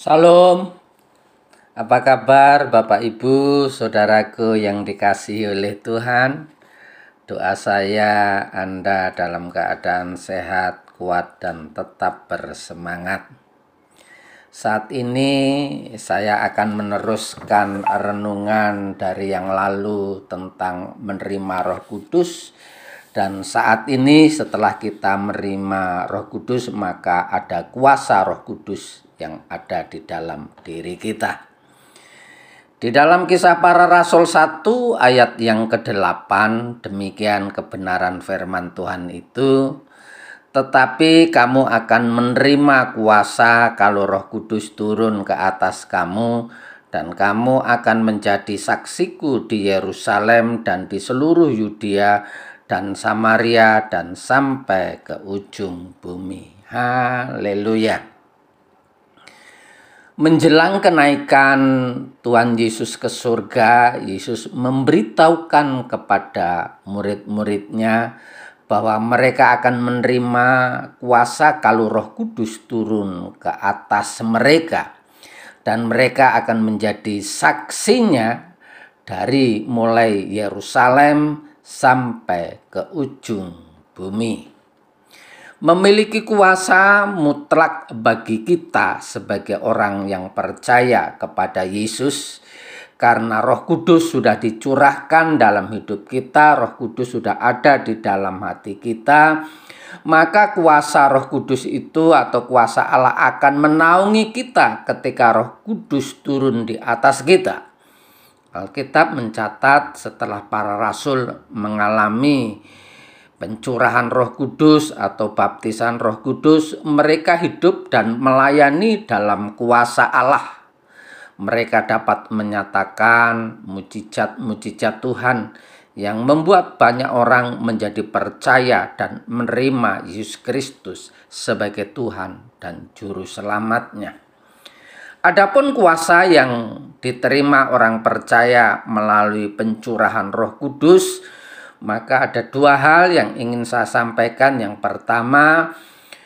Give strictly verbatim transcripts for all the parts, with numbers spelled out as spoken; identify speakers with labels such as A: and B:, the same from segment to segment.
A: Salam, apa kabar Bapak Ibu, saudaraku yang dikasihi oleh Tuhan? Doa saya Anda dalam keadaan sehat, kuat, dan tetap bersemangat. Saat ini saya akan meneruskan renungan dari yang lalu tentang menerima Roh Kudus. Dan saat ini setelah kita menerima Roh Kudus, maka ada kuasa Roh Kudus yang ada di dalam diri kita. Di dalam Kisah Para Rasul satu ayat yang kedelapan, demikian kebenaran firman Tuhan itu, tetapi kamu akan menerima kuasa kalau Roh Kudus turun ke atas kamu, dan kamu akan menjadi saksiku di Yerusalem dan di seluruh Yudea dan Samaria dan sampai ke ujung bumi. Haleluya. Menjelang kenaikan Tuhan Yesus ke surga, Yesus memberitahukan kepada murid-muridnya bahwa mereka akan menerima kuasa kalau Roh Kudus turun ke atas mereka. Dan mereka akan menjadi saksinya dari mulai Yerusalem sampai ke ujung bumi. Memiliki kuasa mutlak bagi kita sebagai orang yang percaya kepada Yesus, karena Roh Kudus sudah dicurahkan dalam hidup kita, Roh Kudus sudah ada di dalam hati kita, maka kuasa Roh Kudus itu atau kuasa Allah akan menaungi kita ketika Roh Kudus turun di atas kita. Alkitab mencatat setelah para rasul mengalami pencurahan Roh Kudus atau baptisan Roh Kudus, mereka hidup dan melayani dalam kuasa Allah. Mereka dapat menyatakan mujizat-mujizat Tuhan yang membuat banyak orang menjadi percaya dan menerima Yesus Kristus sebagai Tuhan dan Juru Selamatnya. Adapun kuasa yang diterima orang percaya melalui pencurahan Roh Kudus, maka ada dua hal yang ingin saya sampaikan. Yang pertama,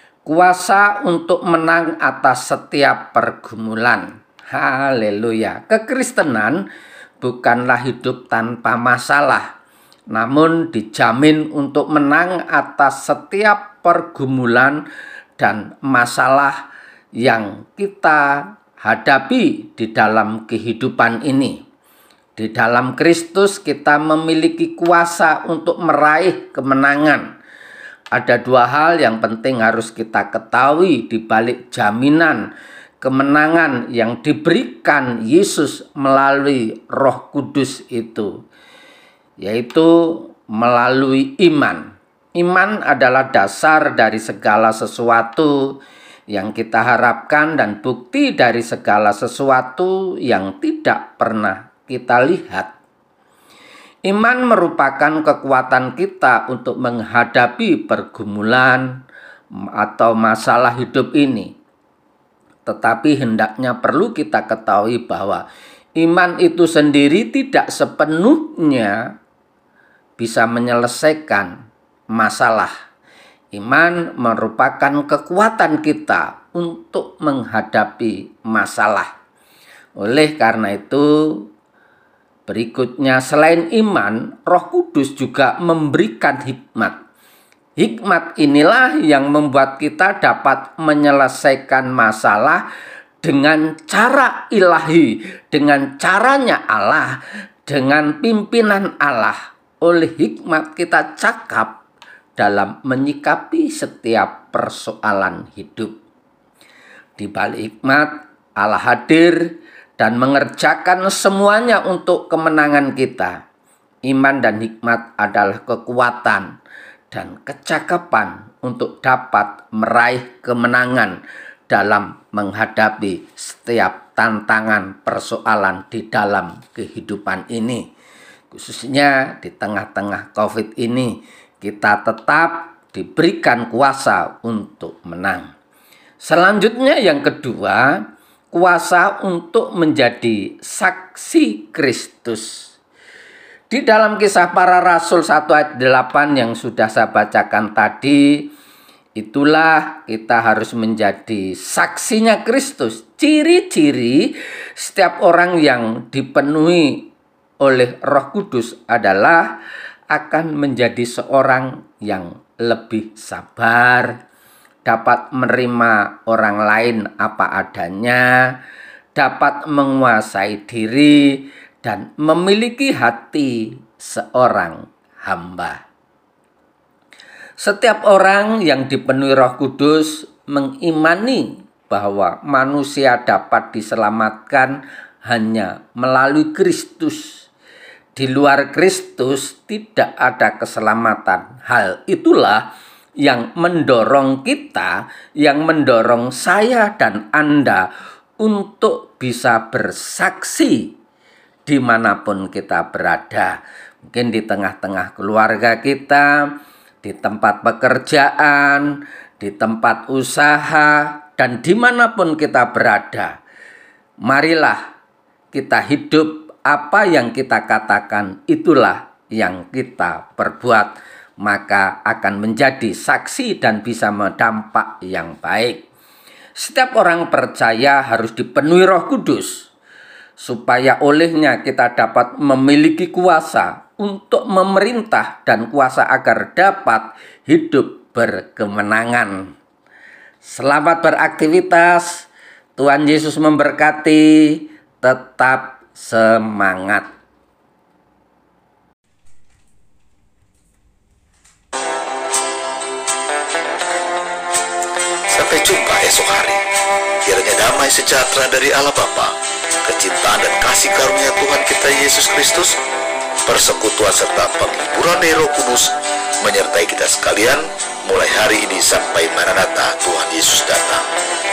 A: kuasa untuk menang atas setiap pergumulan. Haleluya. Kekristenan bukanlah hidup tanpa masalah, namun dijamin untuk menang atas setiap pergumulan dan masalah yang kita hadapi di dalam kehidupan ini. Di dalam Kristus kita memiliki kuasa untuk meraih kemenangan. Ada dua hal yang penting harus kita ketahui di balik jaminan kemenangan yang diberikan Yesus melalui Roh Kudus itu, yaitu melalui iman. Iman adalah dasar dari segala sesuatu yang kita harapkan dan bukti dari segala sesuatu yang tidak pernah kita lihat. Iman merupakan kekuatan kita untuk menghadapi pergumulan atau masalah hidup ini. Tetapi hendaknya perlu kita ketahui bahwa iman itu sendiri tidak sepenuhnya bisa menyelesaikan masalah. Iman merupakan kekuatan kita untuk menghadapi masalah. Oleh karena itu, berikutnya, selain iman, Roh Kudus juga memberikan hikmat. Hikmat inilah yang membuat kita dapat menyelesaikan masalah dengan cara ilahi, dengan caranya Allah, dengan pimpinan Allah. Oleh hikmat kita cakap dalam menyikapi setiap persoalan hidup. Di balik hikmat, Allah hadir dan mengerjakan semuanya untuk kemenangan kita. Iman dan hikmat adalah kekuatan dan kecakapan untuk dapat meraih kemenangan dalam menghadapi setiap tantangan persoalan di dalam kehidupan ini. Khususnya di tengah-tengah COVID ini, kita tetap diberikan kuasa untuk menang. Selanjutnya yang kedua, kuasa untuk menjadi saksi Kristus. Di dalam Kisah Para Rasul satu ayat delapan yang sudah saya bacakan tadi, Itulah kita harus menjadi saksinya Kristus. Ciri-ciri setiap orang yang dipenuhi oleh Roh Kudus adalah akan menjadi seorang yang lebih sabar, dapat menerima orang lain apa adanya, dapat menguasai diri, dan memiliki hati seorang hamba. Setiap orang yang dipenuhi Roh Kudus mengimani bahwa manusia dapat diselamatkan hanya melalui Kristus. Di luar Kristus tidak ada keselamatan. Hal itulah yang mendorong kita, yang mendorong saya dan Anda untuk bisa bersaksi dimanapun kita berada. Mungkin di tengah-tengah keluarga kita, di tempat pekerjaan, di tempat usaha, dan dimanapun kita berada. Marilah kita hidup, apa yang kita katakan itulah yang kita perbuat, maka akan menjadi saksi dan bisa berdampak yang baik. Setiap orang percaya harus dipenuhi Roh Kudus, supaya olehnya kita dapat memiliki kuasa untuk memerintah dan kuasa agar dapat hidup berkemenangan. Selamat beraktivitas, Tuhan Yesus memberkati, tetap semangat.
B: Sampai jumpa esok hari. Kiranya damai sejahtera dari Allah Bapa, kecintaan dan kasih karunia Tuhan kita Yesus Kristus, persekutuan serta penghiburan dari Roh Kudus menyertai kita sekalian mulai hari ini sampai Maranatha Tuhan Yesus datang.